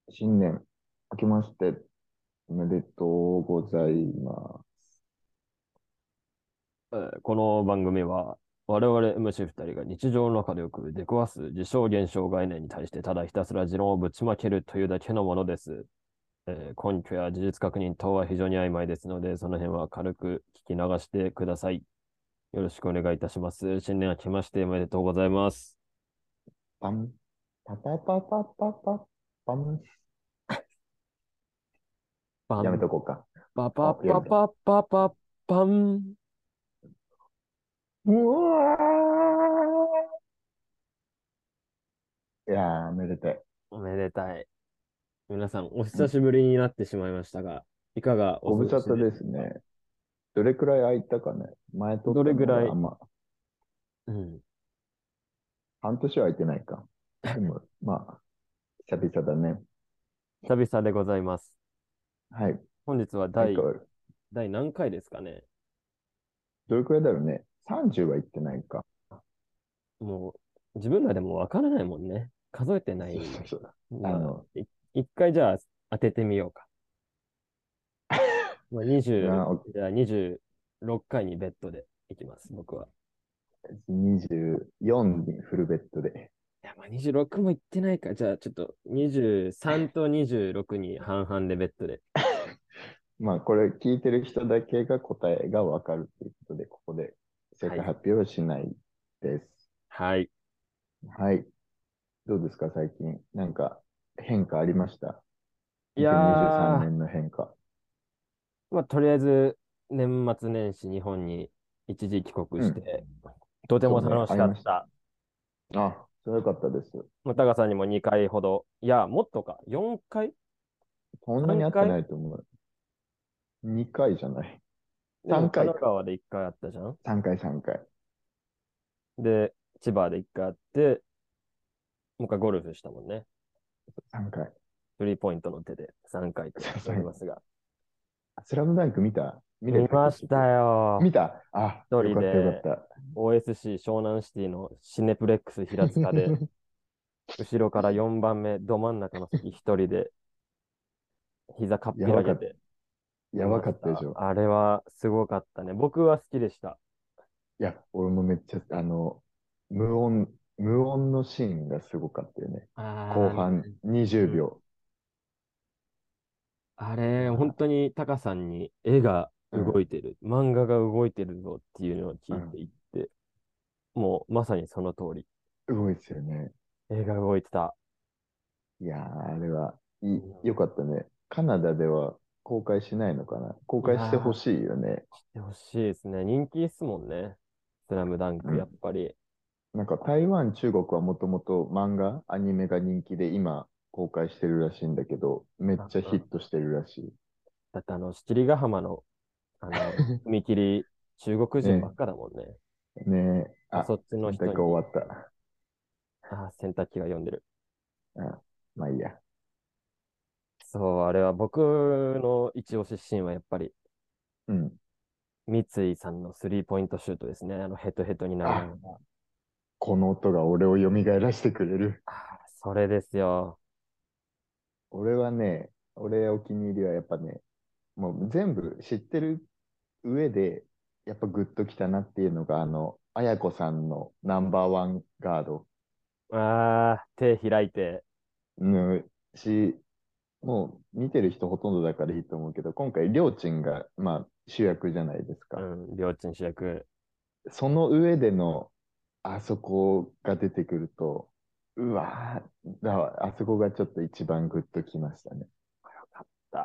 新年明けましておめでとうございます。 この番組は、我々 MC 二人が日常の中でよく出くわす事象現象概念に対してただひたすら持論をぶちまけるというだけのものです。根拠や事実確認等は非常に曖昧ですので、その辺は軽く聞き流してください。よろしくお願いいたします。新年明けましておめでとうございます。 パン、パパパパパパパン。やめパン、 とこうか。 パパあ、やめた。 パパパパパン。 うわーいやー、めでたい。 おめでたい。皆さん、おうん、 久しぶりになってしまいましたが、いかがお過ご無沙汰ごしですか？ ですね。どれくらい空いたかね。前撮っどたのれぐらい、 がうん、 半年は空いてないか。でも、まあ、久々だね。 久々でございます。 はい。 本日は相変わる。 第何回ですかね。 どれくらいだろうね。30は行ってないか。 もう、自分らでもわからないもんね。数えてなそうい。 そうそう。 まあ、一回じゃあ当ててみようか。まあ、じゃあ26回にベッドでいきます、僕は。 24にフルベッドで。 いや、まあ26もいってないか。じゃあちょっと23と26に半々でベッドで。 まあ、これ聞いてる人だけが答えがわかるということで、ここで正はい。 解発表はしないです。 はい。 はい。どうですか、最近。なんか変化ありました？ いや 2023 ー、 年の変化。 まあ、とりあえず、年末年始日本に一時帰国うん。 して、とてそうね、 も楽しありましかった。 た。あ、それはよかったです。 タカさんにも2回ほど、いや、もっとか、4回？ そんなに 3 会って回ないと思う。2回じゃない。3 でも神回か。 奈川で1回あったじゃん。 3回、3回。 で、千葉で1回あって、もう一回ゴルフしたもんね。 3回。 スリーポイントの手で3回となっておりそうますが。 スラムダンク見れ見たました結局？ よ。 見た。あ、 一よかったよかっ人でた。 OSC 湘南シティのシネプレックス平塚で、後ろから4番目、ど真ん中の席一人で膝かっやばかった。 ぴらげて見やばました。 かったでしょ。 あれはすごかったね。僕は好きでした。 いや、俺もめっちゃ、無音のシーンがすごかったよね。後あ半ー、 20 うん。 秒。 あれ、本いや当にタカさんに絵がうん、 動いてる、漫画が動いてるぞっていうのを聞いてうん。 いって、もうまさにその通り。 動いてたよね。 絵が動いてた。 いやー、あれは、ようかったね。カナダでは公開しないのかな？公ん、い開してほやしいよね。 ー、してほしいですね。人気ですもんね。スラムダンク、やっうん。 ぱり。 なんか台湾、中国はもともと漫画、アニメが人気で今公開してるらしいんだけど、めっちゃヒッうん、 トしてるらしい。 だって七里ヶ浜の、踏切、中国人ばっねかだもんね。 え、ねえ、 まあ、そあ、 っちの洗濯人に、 終わった。 洗濯機が読んでる。 あ、まあいいや。 そう、あれは僕の一押しシーンはやっぱり、 うん。 三井さんのスリーポイントシュートですね。ヘトヘトになりながあ、 ら。 この音が俺を蘇らせてくれる。 それですよ。 俺はね、俺お気に入りはやっぱね、もう全部知ってる上で、やっぱグッときたなっていうのが、綾子さんのナンバーワンガード手開いて、 のし、もう見てる人ほとんどだからいいと思うけど、今回、りょーちんが、まあ、主役じゃないですか。 うん、両親主役。 その上での、あそこが出てくると、うわーあそこがちょっと一番グッときましたね。 よかった。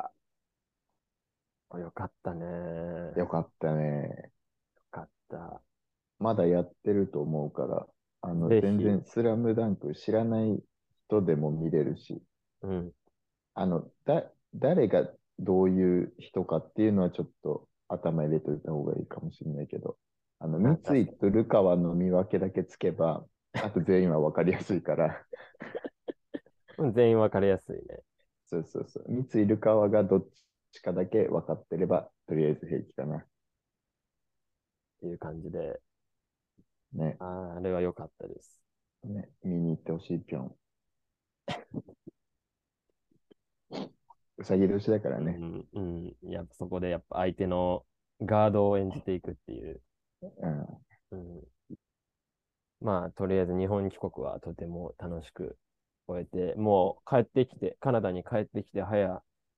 よかったね。よよかったね。 かった。 まだやってると思うから、 ぜひ、 全然スラムダンク知らない人でも見れるし、 うん。 誰がどういう人かっていうのはちょっと頭入れといた方がいいかもしれないけど、三確か井とルカワの見分けだけつけば、あと全員は分かりやすいから、 に。全員わかりやすいね。 そうそうそう。三井ルカワがどっちかだけ分かってれば、とりあえず平気かな。 っていう感じで。 ね。 あれは良かったです。 ね。見に行ってほしい、ぴょん。 うさぎ年だからね。 うんうん、やっぱそこでやっぱ相手のガードを演じていくっていう。 うん。 うん、まあ、とりあえず日本帰国はとても楽しく終えて、もう帰ってきて、カナダに帰ってきて早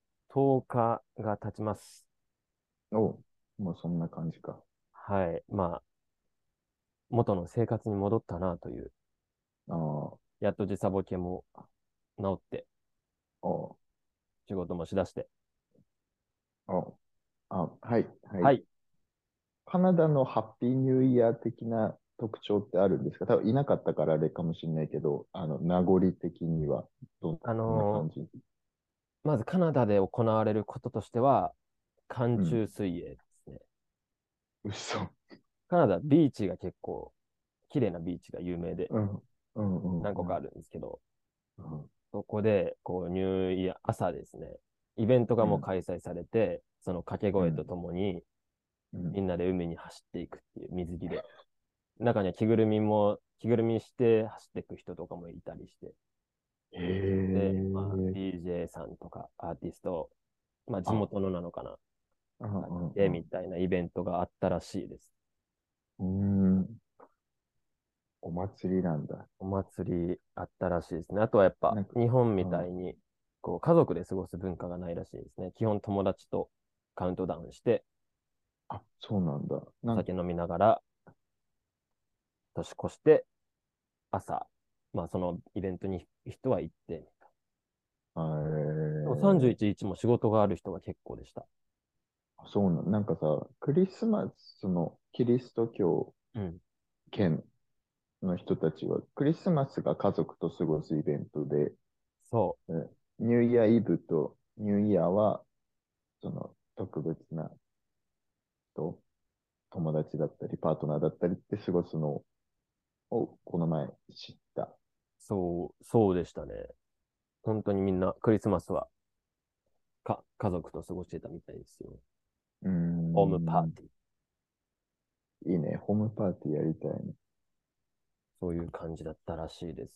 10日が経ちます。 お、もうそんな感じか。 はい。まあ、元の生活に戻ったなという。 ああ、 やっと時差ボケも治って、 お、 仕事もしだして。 お、あ、はい、はい。 はい。 カナダのハッピーニューイヤー的な特徴ってあるんですか？多分いなかったからあれかもしれないけど、名残的にはどあんなのー感じ？ まずカナダで行われることとしては、寒うん。 中水泳ですね。 嘘。 カナダ、ビーチが結構、綺麗なビーチが有名で、 うん、うん、うん、うん。 何個かあるんですけど、 うん、 そこで、こう、ニューイヤー、朝ですね、イベントがもううん、 開催されて、その掛け声とうん。 ともに、 うん。 みんなで海に走っていくっていう水着で。中には着ぐるみも、着ぐるみして走っていく人とかもいたりして。 へで、まあ、 え。 DJ さんとかアーティスト、まあ、地あ、 元のなのかな、 うん、 が来うん、 てみたいなイベントがあったらしいです。 うん。うーん。お祭りなんだ。 お祭りあったらしいですね。あとはやっぱなんか、 日本みうん。 たいにこう家族で過ごす文化がないらしいですね。基本友達とカウントダウンしてあ、そうなんだ。 お酒飲みながら年越して朝、まあそのイベントに人は行って、でも31日も仕事がある人が結構でした。 そうなん、なんかさ、クリスマスのキリスト教うん。 圏の人たちは、クリスマスが家族と過ごすイベントで、 そニューイヤーイブとニューイヤーは、その特別な人、友達だったり、パートナーだったりって過ごすのをこの前知った。 そうでしたね。本当にみんなクリスマスは家族と過ごしてたみたいですよ。 うーホームパーん、 ティー。 いいね。ホームパーティーやりたいね。 そういう感じだったらしいです。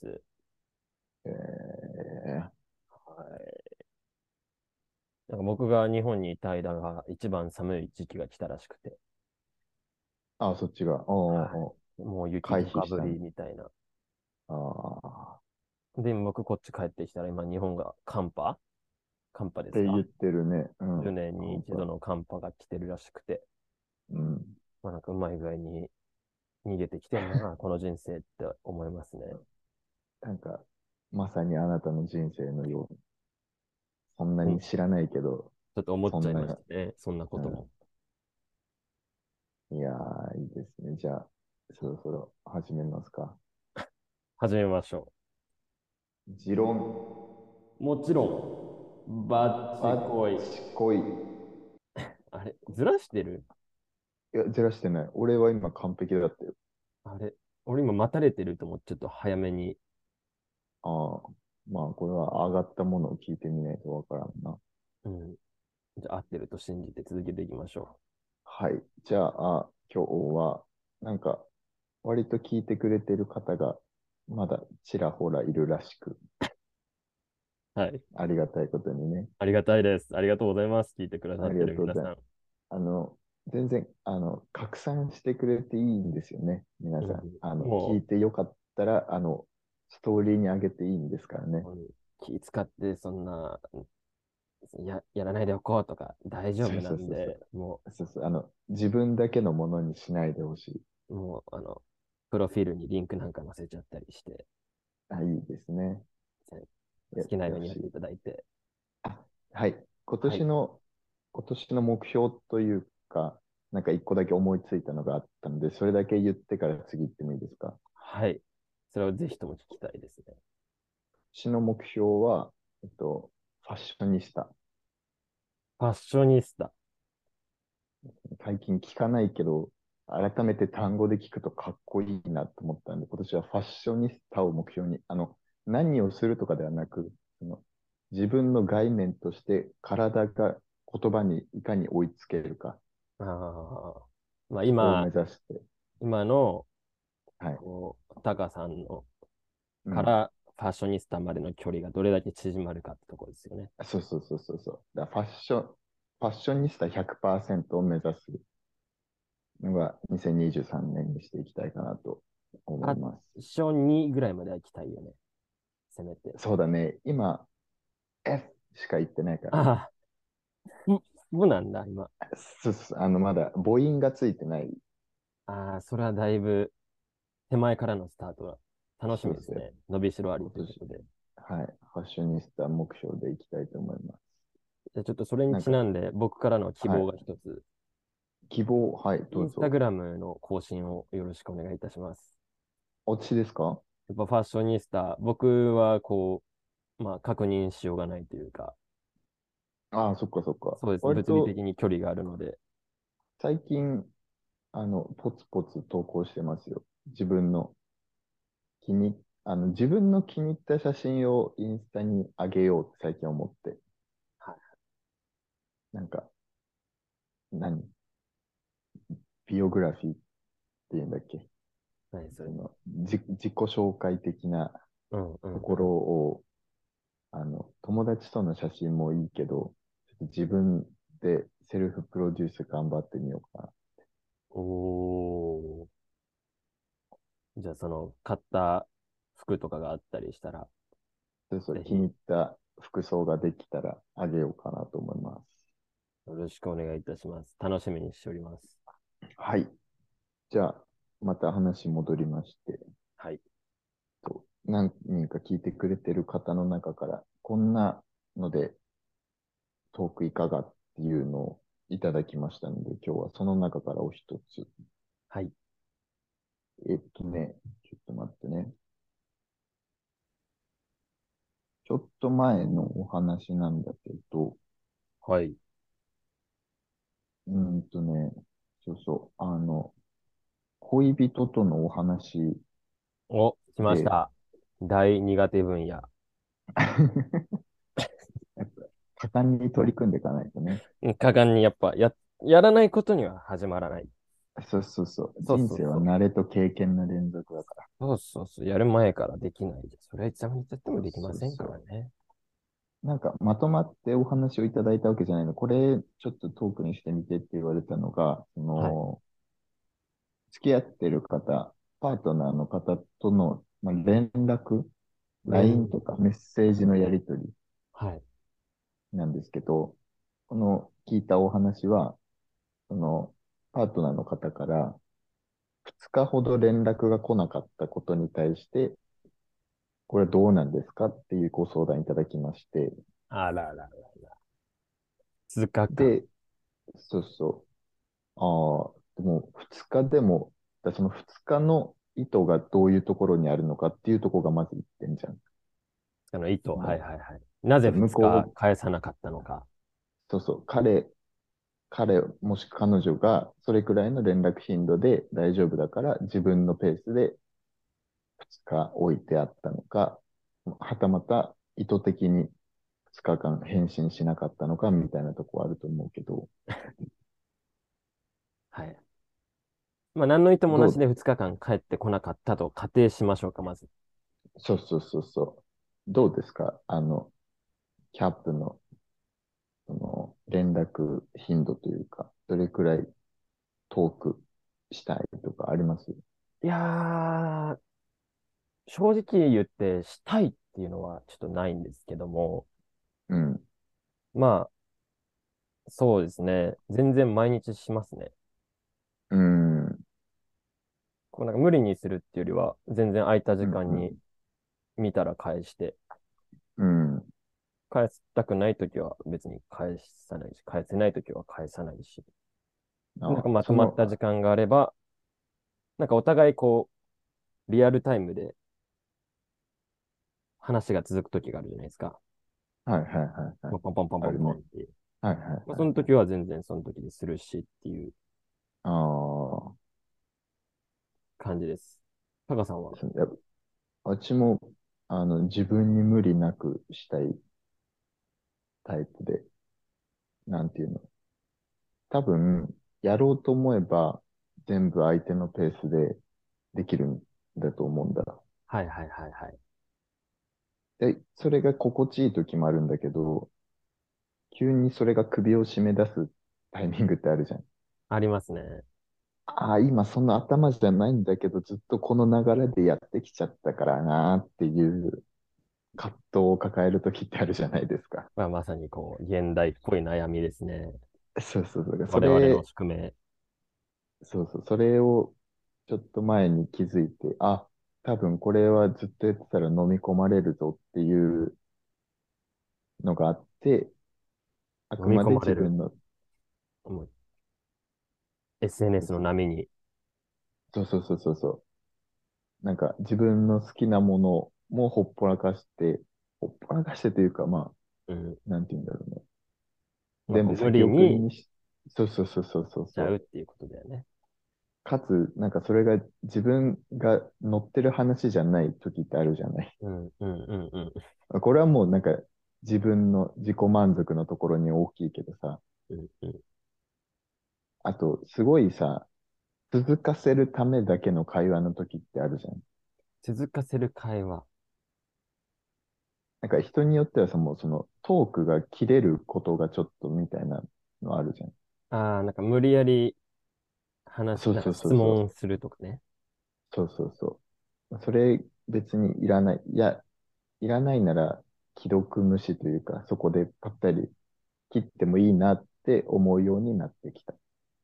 えはい。なんか僕が日本にいた間が一番寒い時期が来たらしくて、 そっちが。 はい。もう雪回とかぶり避したんだ。 みたいな。 ああ、 で、僕こっち帰ってきたら今日本が寒波ですか？ って言ってるね。う 10 ん。 年になんか、 一度の寒波が来てるらしくて、 うん。 まあなんかうまい具合に逃げてきてんな、この人生って思いますね。 なんか、まさにあなたの人生のように、そんなうん。ちに知らないけど、 ょっと思っちゃいましそんな、 たね。そんなことも。 うん。いやー、いいですね。じゃあ、そろそろ始めますか。 始めましょ持論、 う。もちろん、バッチバコイ。 ッチコイ。いあれずらしてる？ や、ずらしてない。俺は今完璧だったよ。 あれ俺今待たれてると思ってちょっと早めに。 ああ、まあ、これは上がったものを聞いてみないとわからんな。 うん。じゃあ合ってると信じて続けていきましょはい。じゃあ、今日は、なんか、割と聞いてくれてる方が、まだちらほらいるらしく、 う。はい。 ありがたいことにね。 ありがたいです。ありがとうございます。聞いてくださありってがとうございます。 る皆さん。 全然、拡散してくれていいんですよね。皆さん。 うん、 聞いもてよかったら、ストーリーに上げていいんですからね。 う、気使ってそんな、やらないでおこうとか大丈夫そうなんで、 そうそうそう。 もそうそう、自分だけのものにしないでほしい。 プロフィールにリンクなんか載せちゃったりして、 いいですね。やっ好きなてほしい。 ようにやっていただいて。 あ、はい。 はい。 今年の目標というか、なんか一個だけ思いついたのがあったので、それだけ言ってから次行ってもいいですか？ はい。それをぜひとも聞きたいですね。 私の目標は、ファッショニスタ。 ファッショニスタ。 最近聞かないけど、改めて単語で聞くとかっこいいなと思ったんで、今年はファッショニスタを目標に、何をするとかではなく、自分の概念として体が言葉にいかに追いつけるか、 ああ。まあそこを目今、 指して、 今の、 はい。 タカさんのうん。 からファッショニスタまでの距離がどれだけ縮まるかってところですよね。 そうそうそうそうそう。だからファッショニスタ100%を目指すのが2023年にしていきたいかなとファッ思います。 ション2ぐらいまでは行きたいよね。せめて。 そうだね。今、F しか言ってないからね。 ああ、そうなんだ、今。 そうそう、まだ母音がついてない。 ああ、それはだいぶ手前からのスタートだ。楽しそうですね。 みですね。伸びしろあり今年、 ということで。 はい。ファッショニスタ目標でいきたいと思います。 じゃあちょっとそれになんか、 ちなんで、僕からの希望はい。 が一つ。 希望、はい、どうぞ。 インスタグラムの更新をよろしくお願いいたします。 お家ですか？ やっぱファッショニスタ、僕はまあ確認しようがないというか、 ああ、そっかそっか。 そうですね、物理割と的に距離があるので、 最近、ポツポツ投稿してますよ。自分の気に、自分の気に入った写真をインスタに上げようって最近思って。 はい。 なんか、何ビオグラフィーっていうんだっけ？ 何それ。 その、自己紹介的なうんうんところうん。 を、友達との写真もいいけど、ちょっと自分でセルフプロデュース頑張ってみようかな。 おー。じゃあその買った服とかがあったりしたら、 そうそう、 ぜひ気に入った服装ができたらあげようかなと思います。 よろしくお願いいたします。楽しみにしております。 はい。じゃあ、また話戻りまして、 はい。 何人か聞いてくれてる方の中から、こんなのでトークいかがっていうのをいただきましたので、今日はその中からお一つ。 はい。 ちょっと待ってね。ちょっと前のお話なんだけど、 はい。 うーんとね、そうそう、恋人とのお話お、来ましで、 た。大苦手分野。 やっぱ果敢に取り組んでいかないとね。 果敢にやっぱやらないことには始まらない。 そうそうそう。 そう人生はそうそう。 慣れと経験の連続だから。 そうそうそう。やる前からできないで。それはいつまでたってもそうできませんかそうそらね。 う。なんかまとまってお話をいただいたわけじゃないの。これちょっとトークにしてみてって言われたのが、 はい。 付き合ってる方、パートナーの方との、連絡、 連、 LINE とかメッセージのやり取りはい。 なんですけど、この聞いたお話は、そのパートナーの方から2日ほど連絡が来なかったことに対して、これはどうなんですかっていうご相談いただきまして、 あららら。2日間。 で、そうそう、でも2日でも、その2日の意図がどういうところにあるのかっていうところがまず一点じゃん。 意図。 そのはいはいはい。なぜ2 向こう、 日返さなかったのか。 そうそう、もし彼女がそれくらいの連絡頻度で大丈夫だから自分のペースで2日置いてあったのか、はたまた意図的に2日間返信しなかったのかみたいなところあると思うけど、 はい。まあ、何の意図もなしでどう、 2日間帰ってこなかったと仮定しましょうか、まず。 そうそうそうそう。どうですかキャップの、連絡頻度というか、どれくらいトークしたいとかあります？ いやー、正直言ってしたいっていうのはちょっとないんですけども、 うん。 まあ、そうですね。全然毎日しますね。 うん。うん。 なんか無理にするっていうよりは、全然空いたう時間にん。 見たら返して、 うん。 返したくないときは別に返さないし、返せないときは返さないし、なんかまとまった時間があれば、なんかお互いリアルタイムで話が続くときがあるじゃないですか。 はいはいはいはい。 ポンポンポンポンポンあるね。 ポンっていう。 はいはいまあ、そのはいはい。 時は全然その時でするしっていうああ、 感じです。タカさんは？ やっぱ私も、自分に無理なくしたいタイプで、なんていうの。多分、やろうと思えば、全部相手のペースでできるんだと思うんだ。 はいはいはいはい。 で、それが心地いい時もあるんだけど、急にそれが首を絞め出すタイミングってあるじゃん。 ありますね。 ああ、今その頭じゃないんだけど、ずっとこの流れでやってきちゃったからなっていう葛藤を抱える時ってあるじゃないですか。 まあ、まさにこう、現代っぽい悩みですね。 そうそうそう。 我々の宿命。 そうそう。それをちょっと前に気づいて、あ、多分これはずっとやってたら飲み込まれるぞっていうのがあって、あ飲みくまで込まれる。 自分の、 もう SNS の波に。 そうそうそうそうそう。なんか自分の好きなものもほっぽらかしてというか、まうん。 あ、なんて言うんだろうね。 まあ、こう無全部先理に送りにし、そうそうそうそうそうしちゃうっそう。 ていうことだよね。 かつ、なんかそれが自分が乗ってる話じゃない時ってあるじゃない。 うん、うん、うん、うん。 これはもうなんか自分の自己満足のところに大きいけどさ、 うん、うん。 あと、すごいさ、続かせるためだけの会話の時ってあるじゃん。 続かせる会話。 なんか人によってはさ、もうそのトークが切れることがちょっとみたいなのあるじゃん。 ああ、なんか無理やりなんかそうそうそうそう。 質問するとかね。 そうそうそう。それ別にいらない。いや、いらないなら既読無視というか、そこでぱったり切ってもいいなって思うようになってきた。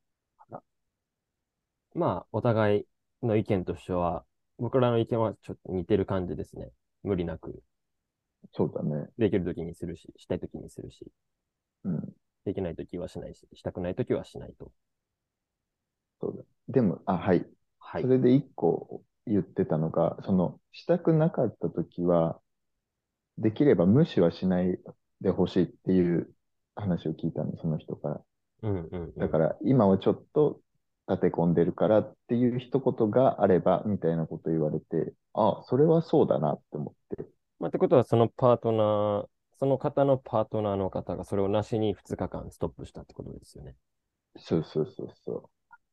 まあ、お互いの意見としては、僕らの意見はちょっと似てる感じですね。無理なく、 そうだね。 できるときにするし、したいときにするし、 うん。 できないときはしないし、したくないときはしないと。 そうだ。でも、あ、はい。 はい。 それで一個言ってたのが、その、したくなかった時は、できれば無視はしないでほしいっていう話を聞いたの、その人から。 うん、うん、うん。 だから、今はちょっと立て込んでるからっていう一言があれば、みたいなこと言われて、あ、それはそうだなって思って。 まあ、ってことは、その方のパートナーの方がそれをなしに2日間ストップしたってことですよね。 そうそうそうそう。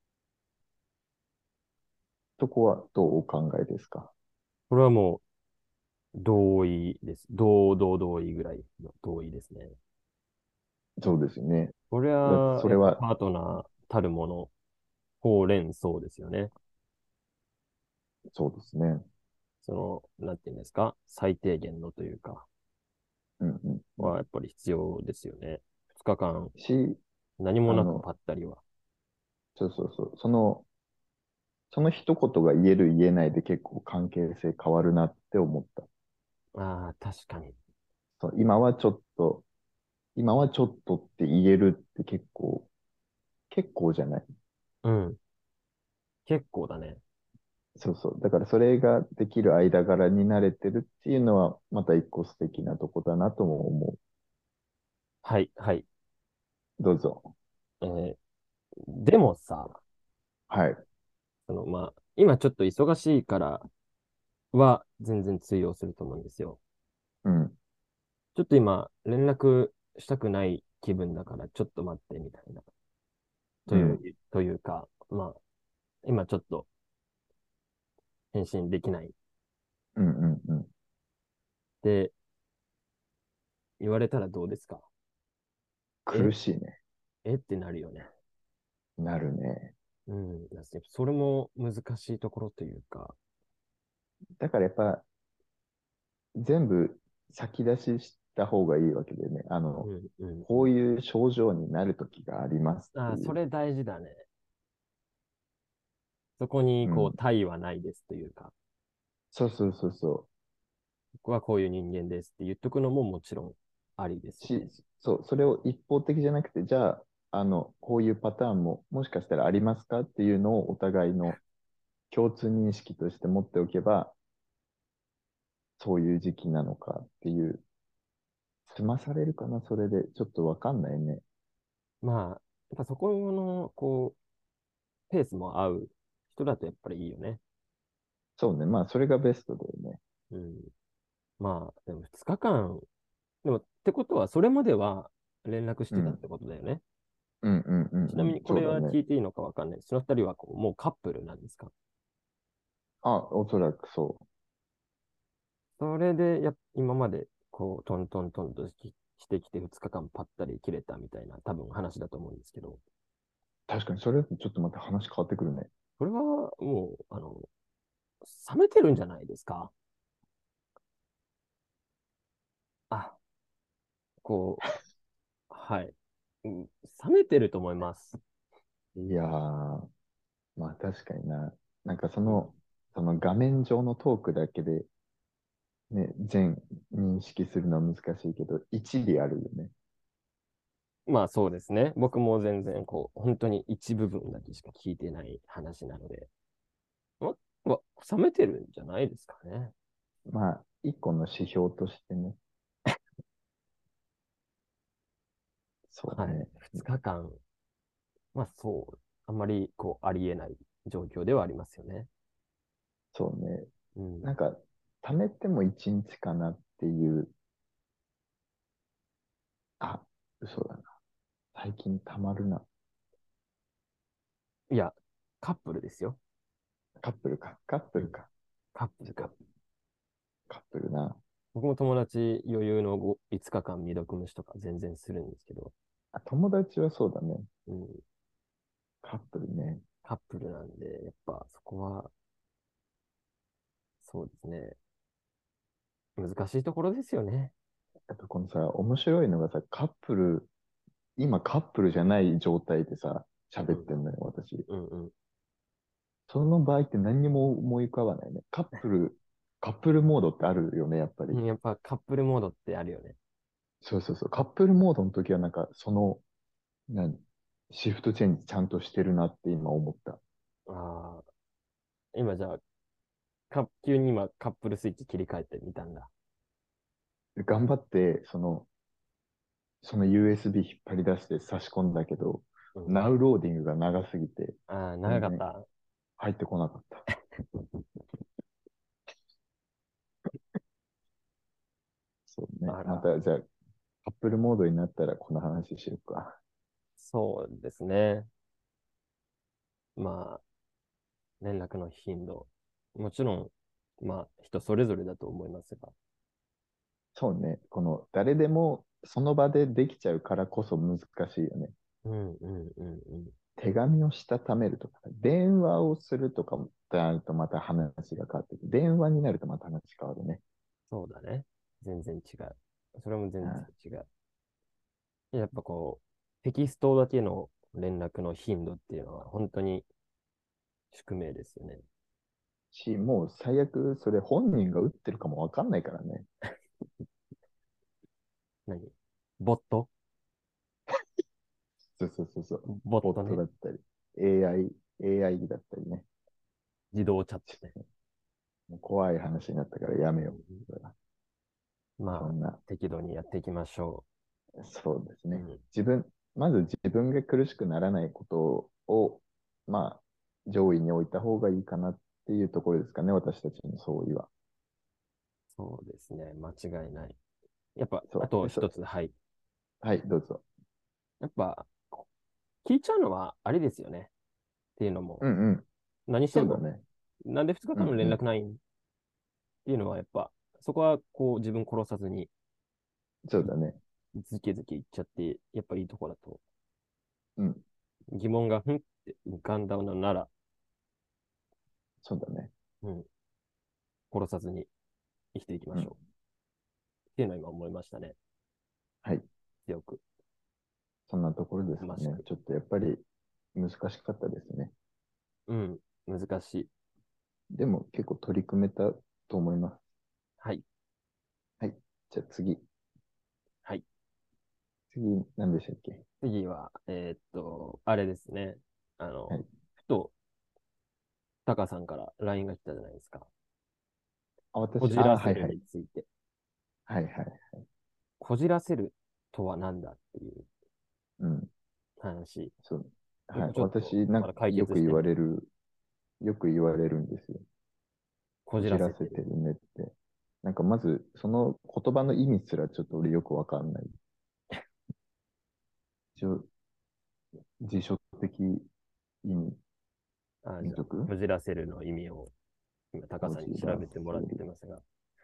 そこはどうお考えですか？ これはもう同意です。同意ぐらいの同意ですね。 そうですよね。 これだっては、 それは、 やっぱパートナーたるもの、ほうれん草ですよね。 そうですね。 なんていうんですか、最低限のというか、 うんうんうん。 はやっぱり必要ですよね。2日間、 し、 何もなくあの、 ぱったりは。 そうそうそう。その一言が言える言えないで結構関係性変わるなって思った。 ああ、確かに。 そう、今はちょっとって言えるって結構じゃない。 うん。結構だね。 そうそう。だからそれができる間柄に慣れてるっていうのは、また一個素敵なとこだなとも思はい、はい。 う。どうぞ。 でもさ、 はい。 まあ、今ちょっと忙しいからは全然通用すると思うんですよ。 うん。 ちょっと今、連絡したくない気分だから、ちょっと待ってみたいな。 うん。 というか、まあ、今ちょっと返信できないっうん。うん。うん。 て言われたらどうですか？え苦しいね。 ってなるよね。 なるね。 うん。それも難しいところというか、 だからやっぱ、全部先出しした方がいいわけでね。 うん、うん、うん。 こういう症状になる時がありますってああ、 いう。 それ大事だね。そこに、こう、 うん。 対はないですというか、 そうそうそうそ僕はこういう人間ですって言っとくのももちろんありですう。 よね。 そう、それを一方的じゃなくて、じゃあ、こういうパターンももしかしたらありますかっていうのをお互いの共通認識として持っておけば、そういう時期なのかっていう、済まされるかな、それで。ちょっとわかんないね。 まあ、やっぱそこの、こう、ペースも合う人だとやっぱりいいよね。 そうね。まあ、それがベストだよね。 うん。まあ、でも2日間、でも、ってことは、それまでは連絡しうん。 てたってことだよね。 うんうんうんちなうん。 みにこれはそうだね。 聞いていいのかわかんない。その二人はこうもうカップルなんですか？ あ、おそらくそそれで今まで、こう、トントントンとしてきて2日間パッタリ切れたみたいな、多分話だと思うんですけど、 確かに、それだとちょっとまた話変わってくるね。 これはもう、冷めてるんじゃないですか？あ、こう、はい。うん、冷めてると思います。 いやー、まあ確かにな。なんかそうん、 の、その画面上のトークだけで、ね、全認識するのは難しいけど、一理あるよね。 まあそうですね。僕も全然こう、本当に一部分だけしか聞いてない話なので、ま、冷めてるんじゃないですかね。 まあ、一個の指標としてね。そうはい。 ね。 2日間、まあそう、あんまりこう、ありえない状況ではありますよね。 そうね。 うん。 なんか、貯めても一日かなっていう、あ、嘘だな。最近貯まるな。 いや、カップルですよ。 カップルか。カップうん。 ルか。 カップル、 ちょっと、 カップル。 カップルな。 僕も友達余裕の5日間未読無視とか全然するんですけど、 あ、友達はそうだね。 うん、 カップルね。 カップルなんで、やっぱそこは、そうですね、難しいところですよね。 やっぱこのさ、面白いのがさ、カップル、今カップルじゃない状態でさ、 うん、 喋ってんのよ、私。 うん、うん。 その場合って何にも思い浮かばないね。カップルモードってあるよね、やっぱり。 やっぱカップルモードってあるよね。 そうそうそう。カップルモードの時はなんか、何、シフトチェンジちゃんとしてるなって今思った。 ああ、今じゃあ、急に今カップルスイッチ切り替えてみたんだ。 で頑張って、その USB 引っ張り出して差し込んだけど、 うん。 ナウローディングが長すぎて、 ああ、長全然かった。 入ってこなかった。そうね。 あら、 また、じゃあ、カップルモードになったらこの話しようか。 そうですね。まあ、連絡の頻度。もちろん、まあ、人それぞれだと思いますが。 そうね。誰でもその場でできちゃうからこそ難しいよね。 うん、うん、うん、うん。 手紙をしたためるとか、電話をするとかもなるとまた話が変わってくる。電話になるとまた話変わるね。 そうだね。全然違う。それも全然うん、 違う。やっぱこう、テキストだけの連絡の頻度っていうのは本当に宿命ですよね。 もう最悪それ本人が打ってるかもわかんないからね。 何ボットそうそうそうそう。ボッボットね。 トだったり、AI だったりね。 自動チャットね。 もう怖い話になったからやめようん、 う。そまあ、 んな、 適度にやっていきましょそうですう。うね。 ん。 まず自分が苦しくならないことを、まあ、上位に置いた方がいいかなっていうところですかね、私たちの総意は。 そうですね。間違いない。やっぱ、あそう。 と一つ、はい。 はい、どうぞ。 やっぱ、聞いちゃうのはありですよね。っていうのも、 うんうん。 何してんのそうだね。 なんで2日間の連うんうん。 絡ないんっていうのは、やっぱ、そこはこう自分殺さずに、 そうだね。 ずけずけ言っちゃって、やっぱいいとこだと、 うん。 疑問がって浮かんだのなら、 そうだね。 うん、殺さずに生きていきまうん。 しょう。っていうのは今思いましたね。 はい。 強く、 そんなところですかね。 たくましく。 ちょっとやっぱり難しかったですね。 うん、難しい。 でも結構取り組めたと思います。 はい、 はい。じゃあ次。 はい。 次、何でしたっけ？ 次は、あれですね。 はい。 ふと、タカさんから LINE が来たじゃないですか。こじらせるはいはい。 について。 はいはい。 こじらせるとは何だっていううん。 話。 そう。はい。 これちょっと、 私、 まだ解よく言決してない。 われる、よく言われるんですよ。 こじこじらせてる。 らせてるねって。なんかまず、その言葉の意味すらちょっと俺よくわかんない。一応、辞書的意味、 じゃあ、 見とく。 こじらせるの意味を、今、タカこさんにじら調べてもらっせる。 てますが、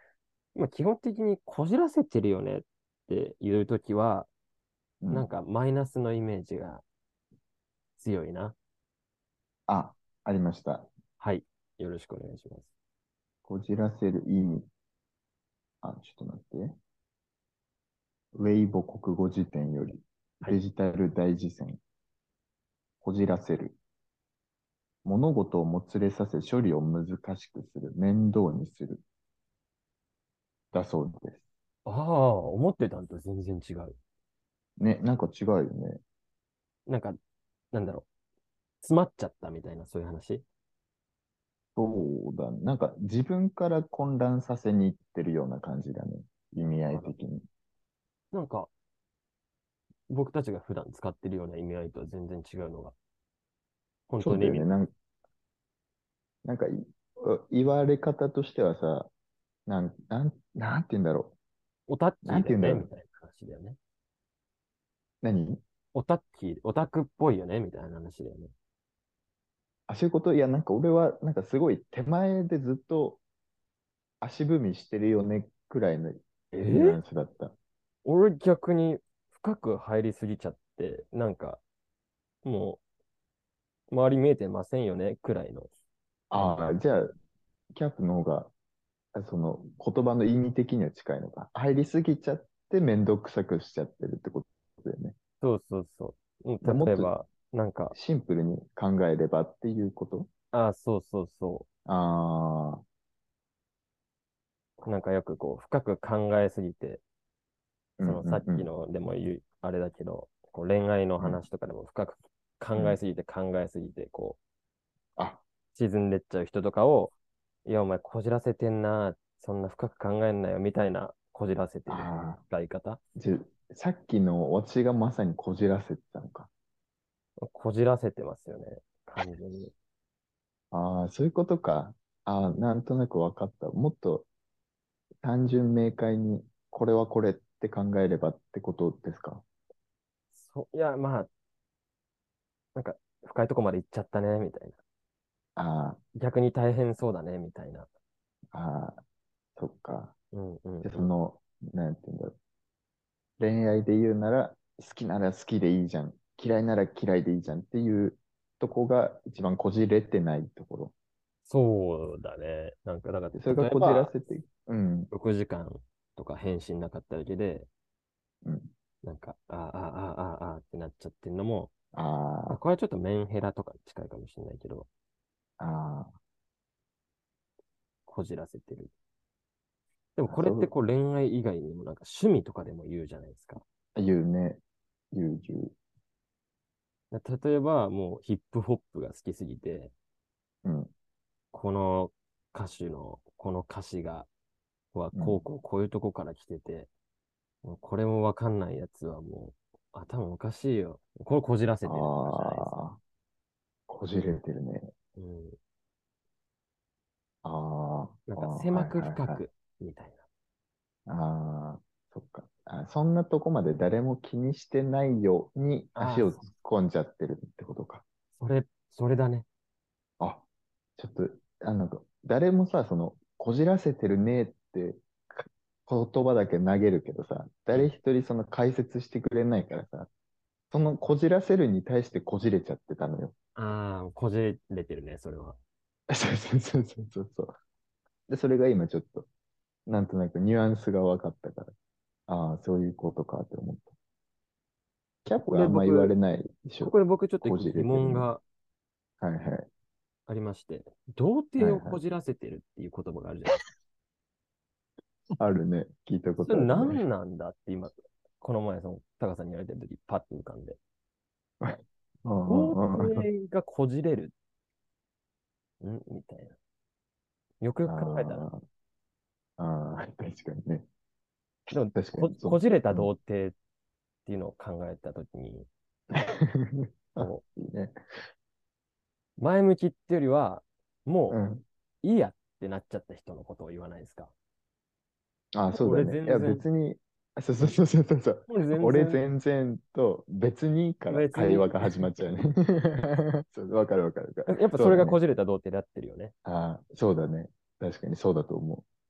まあ、基本的にこじらせてるよねっていうときは、 うん。 なんかマイナスのイメージが強いな。 あ、ありました。 はい。よろしくお願いします。 こじらせる意味。あ、ちょっと待って。ウェイボ国語辞典より、 はい。 デジタル大辞典。こじらせる。物事をもつれさせ処理を難しくする。面倒にする。だそうです。 ああ、思ってたんと全然違う。 ね、なんか違うよね。 なんか、なんだろう。詰まっちゃったみたいな、そういう話。 そうだね。なんか自分から混乱させに行ってるような感じだね。意味合あら。 い的に。 なんか、僕たちが普段使ってるような意味合いとは全然違うのが、本当の意味。 そうだよね。なんか言われ方としてはさ、なんて言うんだろオタッう。 キーだよね、 なんて言うんだろう。 みたいな話だよね。 何オタッキー、オタクっぽいよね、みたいな話だよね。 あ、そういうこといや、なんか俺は、なんかすごい手前でずっと足踏みしてるよね、くらいのニュアンスだった。 俺逆に深く入りすぎちゃって、なんか、もう、周り見えてませんよね、くらいの感じ。 ああ、じゃあ、キャップの方が、その言葉の意味的には近いのか。入りすぎちゃって面倒くさくしちゃってるってことだよね。 そうそうそう。うんでもっと例えば、なんか、 シンプルに考えればっていうことあ、そうそうそああう。なんかよくこう、深く考えすぎて、 ー、うんそのさっうんうん。 きのでも言う、あれだけど、こう恋愛のうん話とかでも深くうん。 考えすぎて考えすぎて、こあ、 う、沈んでっちゃう人とかを、いや、お前こじらせてんな、そんな深く考えんなよ、みたいなこじらせてるあ使い方。 じゃ、さっきのオチがまさにこじらせてたのか。 こじらせてますよね、完全に。 ああ、そういうことか。ああ、なんとなくわかった。もっと単純明快に、これはこれって考えればってことですか？ いや、まあ、なんか、深いとこまで行っちゃったね、みたいな。 あ逆に大変そうだね、みたいな。 あ、ああ、そっか。 うんうんじゃあうん。 なんて言うんだろう。恋愛で言うなら、好きなら好きでいいじゃん。嫌いなら嫌いでいいじゃんっていうとこが一番こじれてないところ。 そうだね。なんか、だかでそれら、 がこじら例えば、 せて、うん、 6時間とか返信なかっただけで、 うん。 なんか、あってなっちゃってるのも、まあ、 あこれはちょっとメンヘラとかに近いかもしれないけど、 あ、あこじらせてる。でもあ、 これってそう、 こう恋愛以外にもなんか趣味とかでも言うじゃないですか。 言うね。言う。 例えばもうヒップホップが好きすぎて、 うん、 この歌手のこの歌詞が、 うん。 こういうとこから来てて、もうこれもわかんないやつはもう頭おかしいよ。これこじらせあてるとかじゃないですか。 あ、こじれてるね。 うん。 あなんあ、 かはい狭くはいはい。 深くみたいああ、そっか。そんなとこまで誰も気にしてないようにな。ああ、 足を突っ込んじゃってるってことか。 それ、それだね。 あ、ちょっと、誰もさ、こじらせてるねってか言葉だけ投げるけどさ、 うん。 誰一人その解説してくれないからさ、そのこじらせるに対してこじれちゃってたのよ。 ああ、こじれてるね、それは。 そうそうそうそうそう。で、それが今ちょっと、なんとなくニュアンスが分かったから、ああ、そういうことかって思った。キャッここプはあんま言わで僕、 れないでしょ。 ここで僕ちょっと一こじ個疑れてるね。 問がはいはい。 ありまして、童貞をはいはい。 こじらせてるっていう言葉があるじゃないですか。 あるね。聞いたこそれとあるね。 何なんだって今、この前そのタカさんに言われてる時パッと浮かんで。 うん童うんうん。 貞がこじれるみたいな。よくよく考えたら。 ああ、ああ、確かにね。 でも、 確かに、 こじれたうん。 童貞っていうのを考えたときに、 あ、 こいいね。 う、前向きってよりは、もうん。 ういいやってなっちゃった人のことを言わないですか。 あ、 もう俺そうだね。いや、 全然、 別に、そうそうそうそうそう。 もう全然俺全然と別にから別に、 会話が始まっちゃうね。そう、わかるわかるわかる。 やっぱそれがこそうだね。 じれた童貞で合ってるよね。 そうだね。確かにそうだと思う。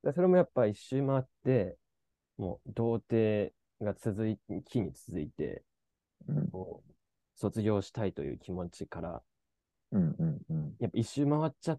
でそれもやっぱ一周回って、もう童貞が期に続いて、 うん、 こう卒業したいという気持ちから、 うん、うん、うん。 やっぱ一周回っちゃって、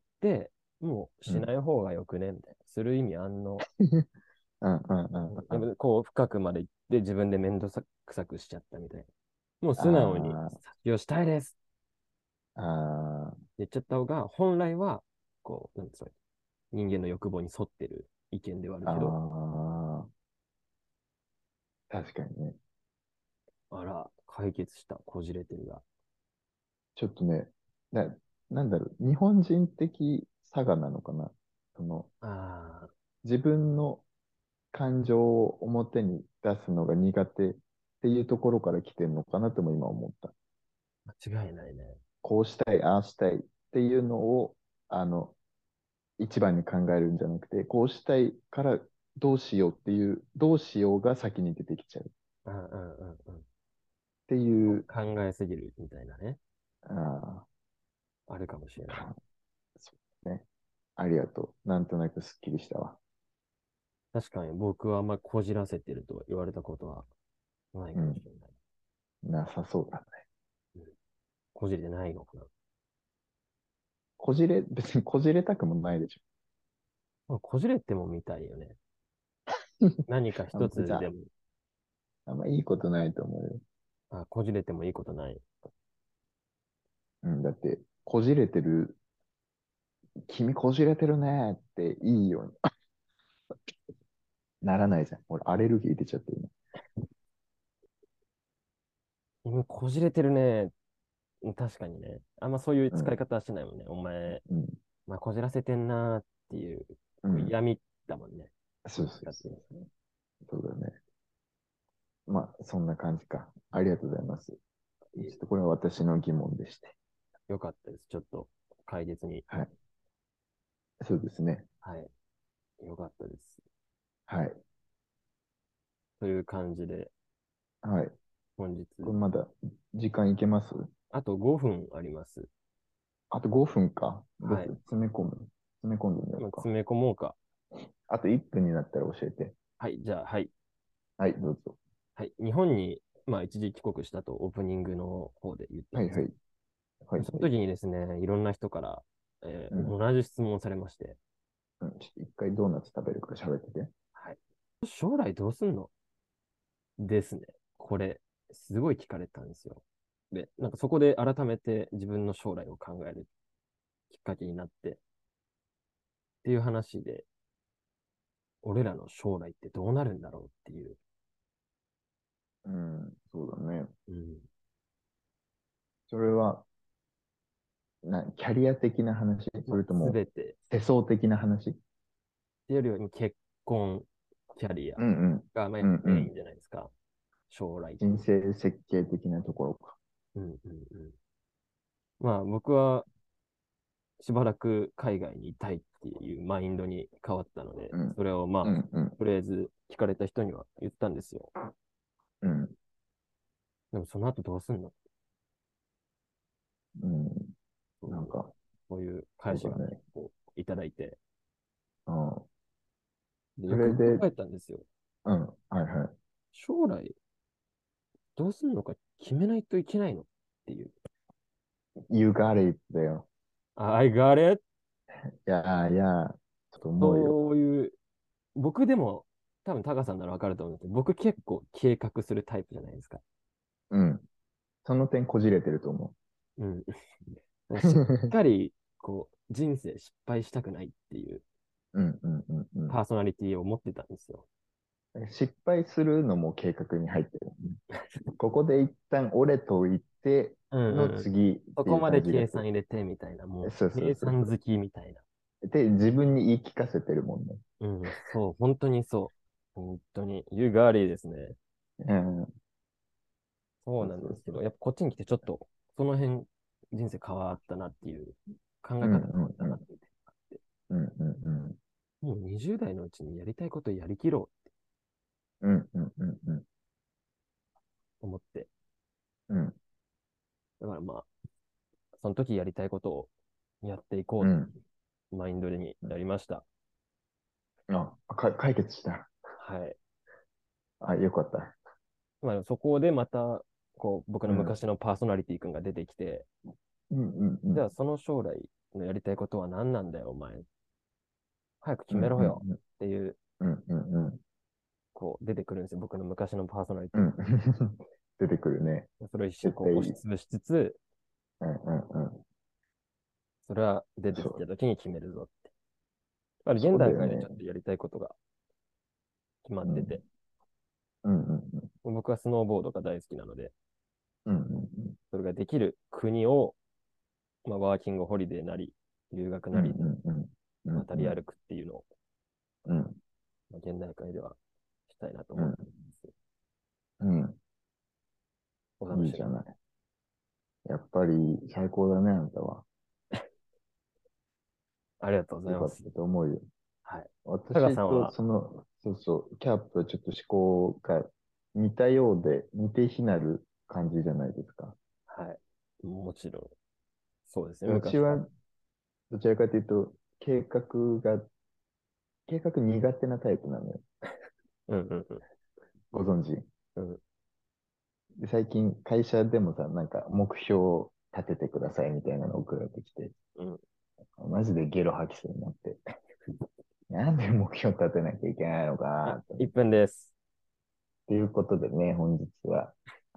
もううん、 しない方がよくねみたいな。する意味あんの。 うん、うん、うん。うん。 やっぱこう深くまで行って自分で面倒くさくしちゃったみたいな。もう素直にあ卒業したいですってあ、ああ、 言っちゃった方が、本来は、こう、なんつうの、人間の欲望に沿ってる意見ではあるあけど、 あ、確かにね。 あら、解決した、こじれてるが。 ちょっとね、なんだろう、日本人的差がなのかな。その、 あ自分の感情を表に出すのが苦手っていうところから来てるのかなとも今思った。 あ、間違いないね。 こうしたい、ああしたいっていうのを、あの、一番に考えるんじゃなくて、こうしたいからどうしようっていう、どうしようが先に出てきちゃうっうんうんうんうん。 ていう、 考えすぎるみたいなね。 ああるかもしれない。 あ、そうね。ありがとう。なんとなくすっきりしたわ。 確かに僕はあんまりこじらせてると言われたことはないうん。 かもしれない。 なさそうだね。 うん、こじれてないのかな。 別にこじれたくもないでしまあ、こじれてもみたいよね。 ょ。 何か一じゃあ、 つでも、 あんまいいことないと思うよ。 あ、こじれてもいいことない。 うん、だって、こじれてる、君こじれてるねっていいようにならないじゃん。俺、アレルギー出ちゃってるね。 今こじれてるね。確かにね。あんまそういううん、 使い方はしないもんね。お前、 うん、 まあ、こじらせてんなーっていう、 うん。 こう嫌味だもんね。 そうそうどっちかっていうと。 そうそう。そうだね。まあ、そんな感じか。ありがとうございます。ちょっとこれは私の疑問でして。 よかったです。ちょっと解決に。 はい。そうですね。 はい。よかったです。 はい。 という感じで、 はい。 本日、 これまだ時間いけます？ あと5分あります。 あと5分か。 はい。 詰め込んでみようか。 まあ詰め込もうか。 あと1分になったら教えて。 はい。じゃあ、はい。 はい、どうぞ。 はい。日本に、まあ、一時帰国したとオープニングの方で言ったはい、 んですけはい。はい、 ど、そのはい。 時にですね、いろんな人から、 うん。 同じ質問をされまして、 うん、ちょっと一回ドーナツ食べるから喋ってて。 はい。将来どうすんのですね。これ、すごい聞かれたんですよ。で、なんかそこで改めて自分の将来を考えるきっかけになって、っていう話で、俺らの将来ってどうなるんだろうっていう。 うん、そうだね。 うん。 それは、キャリア的な話？そまあ、 れとも、 すべて、 世相的な話？ っていうよりは結婚、キャリアうん、うん。 が、まあ、 うん、うん。 メインじゃないですか。将来って。 人生設計的なところか。 うんうんうん。まあ、僕はしばらく海外にいたいっていうマインドに変わったので、 うん、 それをまあ、 うん、うん、 とりあえず聞かれた人には言ったんですよ。 うん、 でもその後どうすんの？ うん。 そういう、 なんか、 そういう返しがそうだね。 結構いただいて、 うん。 で、よくそれで、 考えたんですよ。 うん、はいはい。 将来どうすんのか決めないといけないのっていう。 You got it だよ。 I got it? いやーいやー、と思うよ。 そういう、僕でも、多分タカさんならわかると思うんですけど、僕結構計画するタイプじゃないですか。 うん。その点こじれてると思うん。 う。 しっかり、こう、人生失敗したくないっていううんうんうんうん。 パーソナリティを持ってたんですよ。 失敗するのも計画に入ってるね。ここで一旦俺と言ってうんのうん。 次っていうそこまで感じがする。 計算入れてみたいな、もそうう、 そうそうそ計算好きみたいな。 う。で、自分に言い聞かせてるもんね。 うん、そう、本当にそう。本当に、ユーガーリーですね。 うん。 そうそうなんですけど、 そうそう。 やっぱこっちに来てちょっと、その辺、人生変わったなっていう、考えうん方変わっうんうん。 たなっていう点があって、 うんうんうん。 もう20代のうちにやりたいことをやりきろうってうんうんうんうん。 思って、 うんだからまあ、その時やりたいことをやっていこうっうんていうマインドになりました。 解決した。 はい。 あ、よかった。 まあ、そこでまた、こう、僕のうん。 昔のパーソナリティ君が出てきて、 うんうんうん。 じゃあその将来のやりたいことは何なんだよ、お前。早く決うんうんめろよ。っていう、 うんうんうんこう、出てくるんですよ。僕の昔のパーソナリティ。 うん。出てくるね。 それを一瞬こう絶対。 押しつぶしつつ、 うんうんうん。 それは出てきたそう。 時に決めるぞって。やっぱり現そうだ段階でよね。 ちょっとやりたいことが決まっうん。 てて、 うんうん僕はスノーボードが大好きなので、 うんうんそれができる国を、まあ、ワーキングホリデーなり、留学うんうなりでんうんうんうん渡り歩くっていうのを、 うんまあ、現代界ではしたいなとうん思っています。 うんおうん。 楽しみに。 いいじゃない。やっぱり最高だね、あんたは。 ありがとうございます。 よかったと思うよ。 はい。タカ私とさんは、 そうそう、キャップはちょっと思考が似たようで、似て非なる感じじゃないですか。 はい。もちろん、そうですね、昔から。 私はどちらかというと、計画苦手なタイプなのよ。 うんうんうん。 ご存知。 うん、 で最近会社でもさ、なんか目標を立ててくださいみたいなの送られてきて、 うん。 マジでゲロ吐きそうになって、なんで目標立てなきゃいけないのかあ、 なと思っ 1分て。 です。 ということでね、本日は、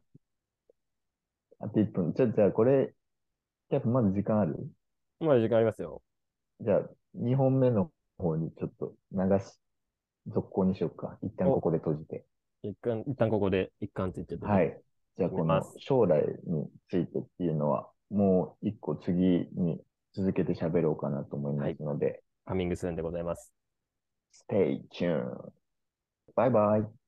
あと1分。じゃあこれ、やっぱまだ時間ある？ まだ時間ありますよ。 じゃあ、2本目の方にちょっと続行にしようか。一旦お、 ここで閉じて。 一旦ここで一貫ついて閉じてはい。じゃあ、こ閉めます。 の将来についてっていうのは、もう一個次に続けて喋ろうかなと思いまはい。 すので、 カミングスーンでございます。 Stay tuned. バイバイ。